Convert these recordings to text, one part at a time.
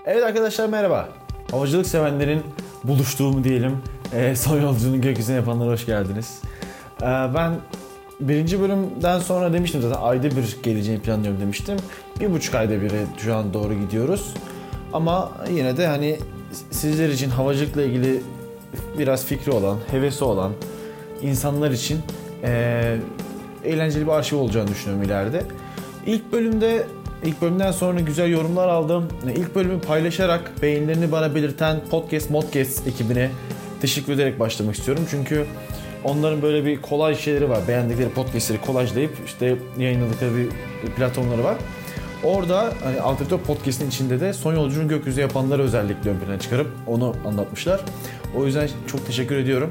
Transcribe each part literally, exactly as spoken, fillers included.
Evet arkadaşlar merhaba. Havacılık sevenlerin buluştuğu mu diyelim, e, son yolculuğunu gökyüzüne yapanlara hoş geldiniz. E, ben birinci bölümden sonra demiştim zaten ayda bir geleceğini planlıyorum demiştim. Bir buçuk ayda bire şu an doğru gidiyoruz. Ama yine de hani sizler için havacılıkla ilgili biraz fikri olan, hevesi olan insanlar için e, eğlenceli bir arşiv olacağını düşünüyorum ileride. İlk bölümde İlk bölümden sonra güzel yorumlar aldım. İlk bölümü paylaşarak beğenilerini bana belirten Podcast Modcast ekibine teşekkür ederek başlamak istiyorum. Çünkü onların böyle bir kolaj şeyleri var. Beğendikleri podcastleri kolajlayıp işte yayınladıkları bir platformları var. Orada hani Alternatör Podcast'in içinde de son yolculuğunu gökyüzü yapanları özellikle ön plana çıkarıp onu anlatmışlar. O yüzden çok teşekkür ediyorum.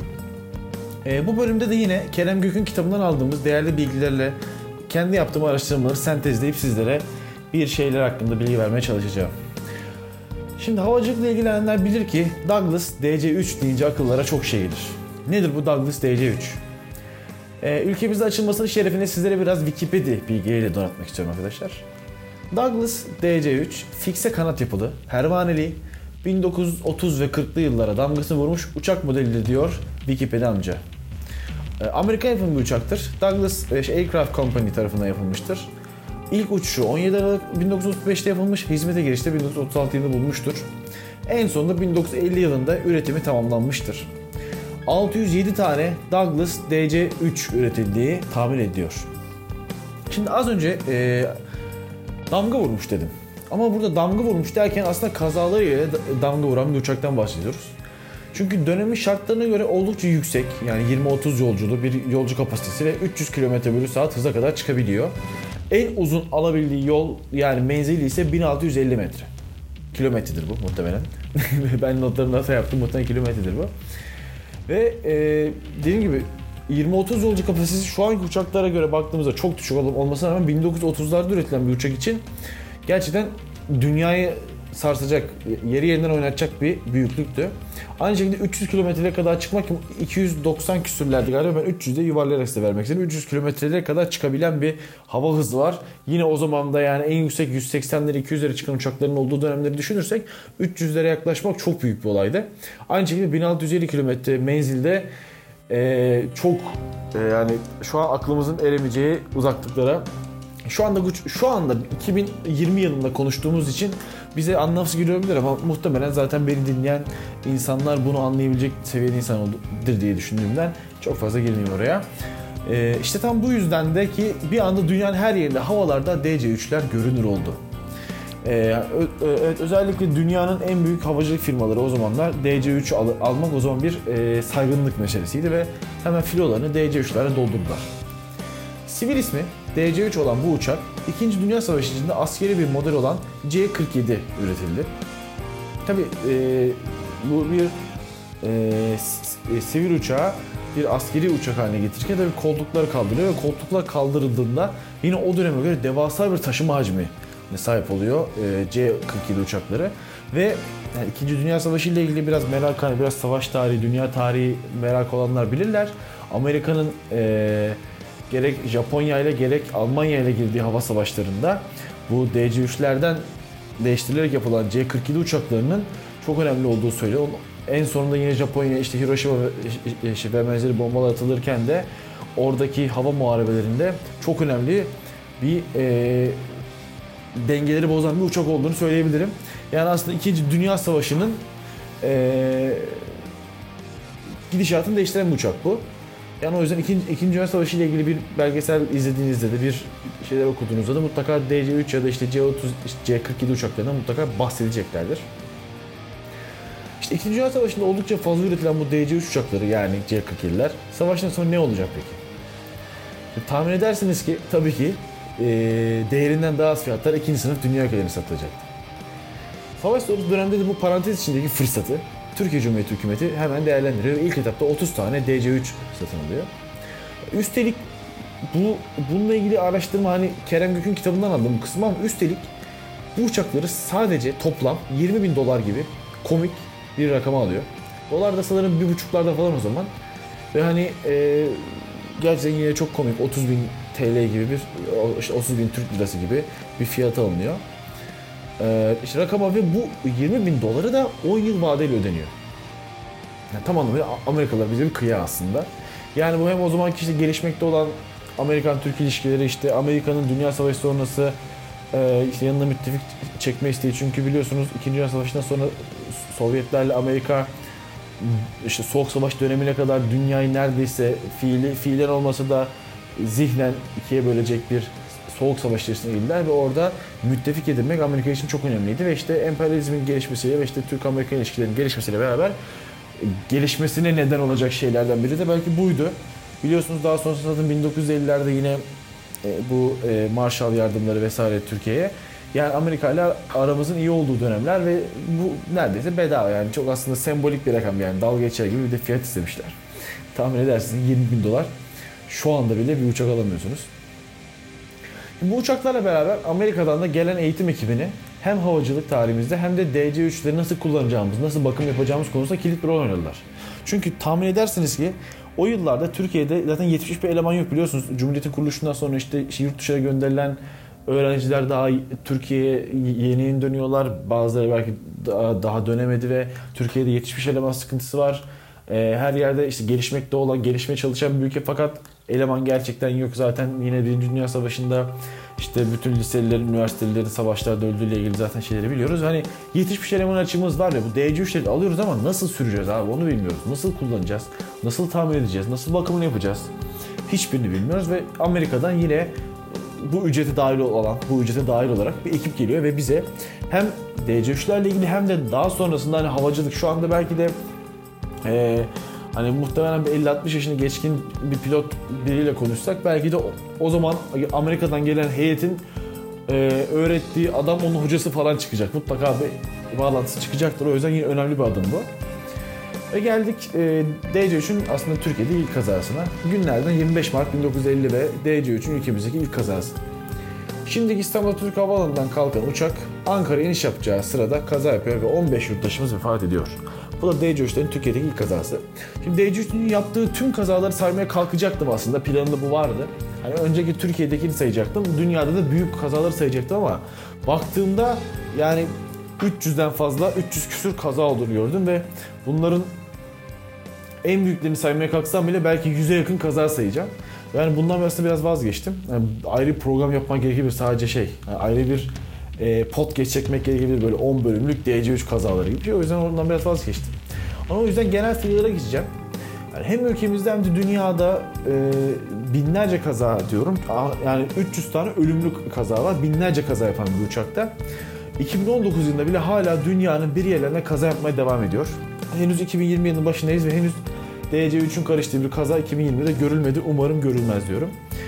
E, bu bölümde de yine Kerem Gök'ün kitabından aldığımız değerli bilgilerle kendi yaptığım araştırmaları sentezleyip sizlere bir şeyler hakkında bilgi vermeye çalışacağım. Şimdi havacılıkla ilgilenenler bilir ki Douglas D C üç deyince akıllara çok şey gelir. Nedir bu Douglas D C üç? Ee, ülkemizde açılmasının şerefine sizlere biraz Wikipedia bilgileriyle donatmak istiyorum arkadaşlar. Douglas D C üç, fikse kanat yapılı, pervaneli, bin dokuz yüz otuz ve kırklı yıllara damgasını vurmuş uçak modelidir diyor Wikipedia amca. Ee, Amerikan yapımı bir uçaktır. Douglas Aircraft Company tarafından yapılmıştır. İlk uçuşu on yedi Aralık bin dokuz yüz otuz beşte yapılmış, hizmete girişte bin dokuz yüz otuz altı yılında bulunmuştur. En sonunda bin dokuz yüz elli yılında üretimi tamamlanmıştır. altı yüz yedi tane Douglas D C üç üretildiği tahmin ediliyor. Şimdi az önce e, damga vurmuş dedim. Ama burada damga vurmuş derken aslında kazalarıyla damga vuran bir uçaktan bahsediyoruz. Çünkü dönemin şartlarına göre oldukça yüksek, yani yirmi otuz yolculu bir yolcu kapasitesi ve üç yüz kilometre bölü saat hıza kadar çıkabiliyor. En uzun alabildiği yol, yani menzili ise bin altı yüz elli metre. Kilometredir bu muhtemelen. Ben notlarımda hata yaptım, muhtemelen kilometredir bu. Ve e, dediğim gibi yirmi otuz yolcu kapasitesi şu anki uçaklara göre baktığımızda çok düşük olmasına rağmen bin dokuz yüz otuzlarda üretilen bir uçak için gerçekten dünyayı sarsacak, yeri yerinden oynatacak bir büyüklüktü. Aynı şekilde üç yüz kilometreye kadar çıkmak, iki yüz doksan küsürlerdi galiba, ben üç yüzde yuvarlayarak size vermek istedim. üç yüz kilometreye kadar çıkabilen bir hava hızı var. Yine o zaman da yani en yüksek yüz seksenlere iki yüzlere çıkan uçakların olduğu dönemleri düşünürsek üç yüzlere yaklaşmak çok büyük bir olaydı. Aynı şekilde bin altı yüz elli kilometre menzilde e, çok e, yani şu an aklımızın eremeyeceği uzaklıklara. Şu anda şu anda iki bin yirmi yılında konuştuğumuz için bize anlamsız geliyor olabilir ama muhtemelen zaten beni dinleyen insanlar bunu anlayabilecek seviyede insan oldur diye düşündüğümden çok fazla girmeyeyim oraya. Ee, işte tam bu yüzden de ki bir anda dünyanın her yerinde havalarda D C üçler görünür oldu. Ee, ö- özellikle dünyanın en büyük havacılık firmaları o zamanlar D C üç al- almak o zaman bir e, saygınlık meselesiydi ve hemen filolarını D C üçlerle doldurdular. Sivil ismi D C üç olan bu uçak, İkinci Dünya Savaşı içinde askeri bir model olan C kırk yedi üretildi. Tabi e, bu bir e, sivil uçağı bir askeri uçak haline getirirken tabi koltukları kaldırıyor ve koltuklar kaldırıldığında yine o döneme göre devasa bir taşıma hacmi sahip oluyor e, C kırk yedi uçakları ve yani İkinci Dünya Savaşı ile ilgili biraz merak, hani biraz savaş tarihi, dünya tarihi merak olanlar bilirler. Amerika'nın e, gerek Japonya ile gerek Almanya ile girdiği hava savaşlarında bu D C üçlerden değiştirilerek yapılan C kırk yedi uçaklarının çok önemli olduğu söyleniyor. En sonunda yine Japonya işte Hiroşima ve, ve benzeri bombalar atılırken de oradaki hava muharebelerinde çok önemli bir e, dengeleri bozan bir uçak olduğunu söyleyebilirim. Yani aslında İkinci Dünya Savaşı'nın e, gidişatını değiştiren bir uçak bu. Yani o yüzden İkinci, İkinci Dünya Savaşı ile ilgili bir belgesel izlediğinizde de bir şeyler okuduğunuzda da mutlaka D C üç ya da işte C otuz, işte C kırk yedi uçaklarından mutlaka bahsedeceklerdir. İşte İkinci Dünya Savaşı'nda oldukça fazla üretilen bu D C üç uçakları, yani C kırk yediler, savaştan sonra ne olacak peki? Şimdi tahmin edersiniz ki tabii ki e, değerinden daha az fiyatlar ikinci sınıf dünya ülkelerine satılacaktı. Savaş sonrası dönemde de bu parantez içindeki fırsatı Türkiye Cumhuriyeti hükümeti hemen değerlendiriyor. İlk etapta otuz tane D C üç satın alıyor. Üstelik bu bununla ilgili araştırma hani Kerem Gök'ün kitabından aldığım kısmı, ama üstelik bu uçakları sadece toplam yirmi bin dolar gibi komik bir rakama alıyor. Dolar da sanırım bir buçuklarda falan o zaman. Ve hani e, gerçekten yine çok komik, otuz bin T L gibi bir, işte otuz bin Türk lirası gibi bir fiyata alınıyor. Ee, işte rakama ve bu yirmi bin doları da on yıl vadeyle ödeniyor. Yani tam anlamıyla Amerikalılar bize bir kıya aslında. Yani bu hem o zamanki işte gelişmekte olan Amerikan-Türk ilişkileri, işte Amerika'nın Dünya Savaşı sonrası e, işte yanına müttefik çekme isteği. Çünkü biliyorsunuz İkinci Dünya Savaşı'ndan sonra Sovyetlerle Amerika işte Soğuk Savaş dönemine kadar dünyayı neredeyse fiili, fiilen olmasa da zihnen ikiye bölecek bir Soğuk Savaş içerisine girdiler ve orada müttefik edinmek Amerika için çok önemliydi ve işte emperyalizmin gelişmesiyle ve işte Türk-Amerikan ilişkilerinin gelişmesiyle beraber gelişmesine neden olacak şeylerden biri de belki buydu. Biliyorsunuz daha sonrasında zaten bin dokuz yüz ellilerde yine bu Marshall yardımları vesaire Türkiye'ye. Yani Amerika ile aramızın iyi olduğu dönemler ve bu neredeyse bedava, yani çok aslında sembolik bir rakam, yani dalga geçer gibi bir de fiyat istemişler. Tahmin edersiniz yirmi bin dolar. Şu anda bile bir uçak alamıyorsunuz. Bu uçaklarla beraber Amerika'dan da gelen eğitim ekibini hem havacılık tarihimizde hem de D C üçleri nasıl kullanacağımız, nasıl bakım yapacağımız konusunda kilit bir rol oynadılar. Çünkü tahmin edersiniz ki o yıllarda Türkiye'de zaten yetişmiş bir eleman yok, biliyorsunuz. Cumhuriyet'in kuruluşundan sonra işte yurt dışına gönderilen öğrenciler daha Türkiye'ye yeni yeni dönüyorlar. Bazıları belki daha, daha dönemedi ve Türkiye'de yetişmiş eleman sıkıntısı var. Her yerde işte gelişmekte olan, gelişmeye çalışan bir ülke fakat eleman gerçekten yok. Zaten yine Birinci Dünya Savaşı'nda işte bütün liselilerin, üniversitelerin savaşlarda öldüğüyle ilgili zaten şeyleri biliyoruz. Hani yetişmiş eleman açığımız var ya, bu D C üçleri alıyoruz ama nasıl süreceğiz abi onu bilmiyoruz. Nasıl kullanacağız, nasıl tamir edeceğiz, nasıl bakımını yapacağız hiçbirini bilmiyoruz ve Amerika'dan yine bu ücrete dahil olan, bu ücrete dahil olarak bir ekip geliyor ve bize hem D C üçlerle ilgili hem de daha sonrasında hani havacılık, şu anda belki de Ee, hani muhtemelen bir elli altmış yaşını geçkin bir pilot biriyle konuşsak belki de o, o zaman Amerika'dan gelen heyetin e, öğrettiği adam onun hocası falan çıkacak. Mutlaka bir bağlantısı çıkacaktır. O yüzden yine önemli bir adım bu. Ve geldik e, D C üçün aslında Türkiye'de ilk kazasına. Günlerden yirmi beş Mart bin dokuz yüz elli ve D C üçün ülkemizdeki ilk kazası. Şimdiki İstanbul Atatürk Havaalanı'ndan kalkan uçak Ankara'ya iniş yapacağı sırada kaza yapıyor ve on beş yurttaşımız vefat ediyor. Bu da D C üçlerin Türkiye'deki ilk kazası. Şimdi D C üçlerin yaptığı tüm kazaları saymaya kalkacaktım aslında. Planımda bu vardı. Hani önceki Türkiye'dekini sayacaktım. Dünyada da büyük kazaları sayacaktım ama baktığımda yani üç yüzden fazla, üç yüz küsür kaza olduğunu gördüm ve bunların en büyüklerini saymaya kalksam bile belki yüze yakın kaza sayacağım. Yani bundan aslında biraz vazgeçtim. Yani ayrı bir program yapmak gerekebilir sadece şey. Yani ayrı bir e, podcast çekmek gerekebilir böyle on bölümlük D C üç kazaları gibi. O yüzden ondan biraz vazgeçtim. Ama o yüzden genel sayılara geçeceğim. Yani hem ülkemizde hem de dünyada e, binlerce kaza diyorum. Yani üç yüz tane ölümlü kaza var. Binlerce kaza yapan bir uçakta. iki bin on dokuz yılında bile hala dünyanın bir yerlerine kaza yapmaya devam ediyor. Henüz iki bin yirmi yılının başındayız ve henüz D C üçün karıştığı bir kaza iki bin yirmide görülmedi. Umarım görülmez diyorum.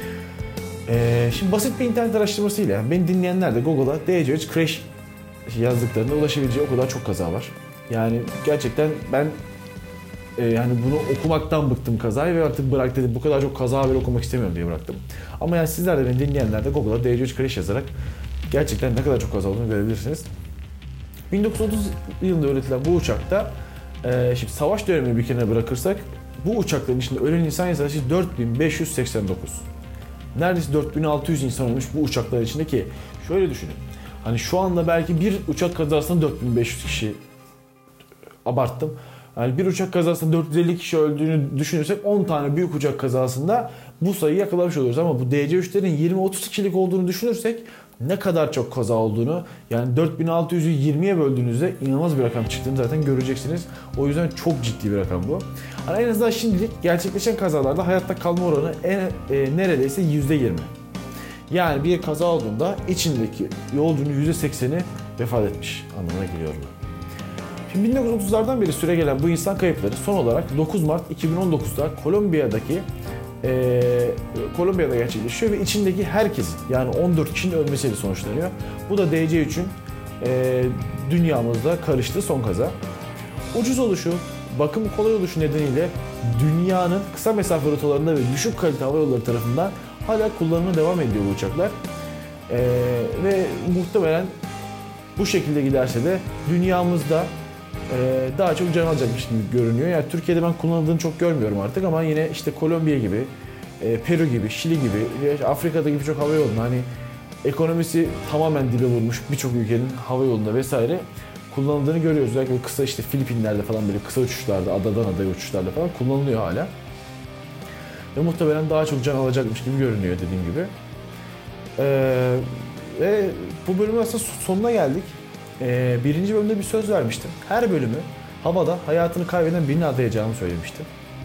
Ee, şimdi basit bir internet araştırmasıyla yani beni dinleyenler de Google'a D C üç crash yazdıklarında ulaşabileceği o kadar çok kaza var. Yani gerçekten ben e, yani bunu okumaktan bıktım kazayı ve artık bırak dedim. Bu kadar çok kaza haberi okumak istemiyorum diye bıraktım. Ama yani sizler de beni dinleyenler de Google'a D C üç crash yazarak gerçekten ne kadar çok kaza olduğunu görebilirsiniz. bin dokuz yüz otuz yılında üretilen bu uçakta e, şimdi savaş dönemini bir kenara bırakırsak bu uçakların içinde ölen insan sayısı dört bin beş yüz seksen dokuz. Neredeyse dört bin altı yüz insan ölmüş bu uçaklar içinde ki şöyle düşünün. Hani şu anda belki bir uçak kazasında dört bin beş yüz kişi, abarttım. Yani bir uçak kazasında dört yüz elli kişi öldüğünü düşünürsek on tane büyük uçak kazasında bu sayıyı yakalamış oluruz. Ama bu D C üçlerin yirmi otuz kişilik olduğunu düşünürsek ne kadar çok kaza olduğunu, yani dört bin altı yüzü yirmiye böldüğünüzde inanılmaz bir rakam çıktığını zaten göreceksiniz. O yüzden çok ciddi bir rakam bu. Yani en azından şimdilik gerçekleşen kazalarda hayatta kalma oranı en, e, neredeyse yüzde yirmi. Yani bir kaza olduğunda içindeki yolcunun yüzde sekseni vefat etmiş anlamına geliyor bu. Şimdi bin dokuz yüz otuzlardan beri süregelen bu insan kayıpları son olarak dokuz Mart iki bin on dokuzda Kolombiya'daki e, Kolombiya'da gerçekleşiyor ve içindeki herkesin yani on dört kişinin ölmesiyle sonuçlanıyor. Bu da D C üçün e, dünyamızda karıştığı son kaza. Ucuz oluşu, bakım kolay oluşu nedeniyle dünyanın kısa mesafe rotalarında ve düşük kalite hava yolları tarafından hala kullanıma devam ediyor bu uçaklar. E, ve muhtemelen bu şekilde giderse de dünyamızda e, daha çok can alacakmış gibi görünüyor. Yani Türkiye'de ben kullanıldığını çok görmüyorum artık ama yine işte Kolombiya gibi, e, Peru gibi, Şili gibi, Afrika'daki birçok hava yolunda hani ekonomisi tamamen dibe vurmuş birçok ülkenin hava yolunda vesaire kullanıldığını görüyoruz. Özellikle kısa işte Filipinler'de falan böyle kısa uçuşlarda, adadan adaya uçuşlarda falan kullanılıyor hala. Ve muhtemelen daha çok can alacakmış gibi görünüyor dediğim gibi. Ee, ve bu bölümün aslında sonuna geldik. Ee, birinci bölümde bir söz vermiştim. Her bölümü havada hayatını kaybeden birini adayacağımı söylemiştim.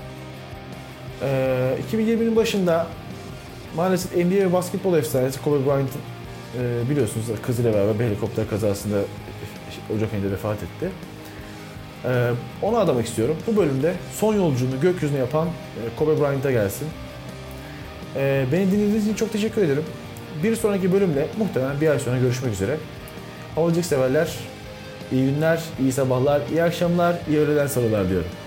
Ee, iki bin yirminin başında maalesef N B A ve basketbol efsanesi Kobe Bryant'ın e, biliyorsunuz kızıyla beraber bir helikopter kazasında Ocak ayında vefat etti. Ee, onu adamak istiyorum. Bu bölümde son yolculuğunu gökyüzüne yapan e, Kobe Bryant'a gelsin. Ee, beni dinlediğiniz için çok teşekkür ederim. Bir sonraki bölümle muhtemelen bir ay sonra görüşmek üzere. Havacılık severler, iyi günler, iyi sabahlar, iyi akşamlar, iyi öğleden sabahlar diyorum.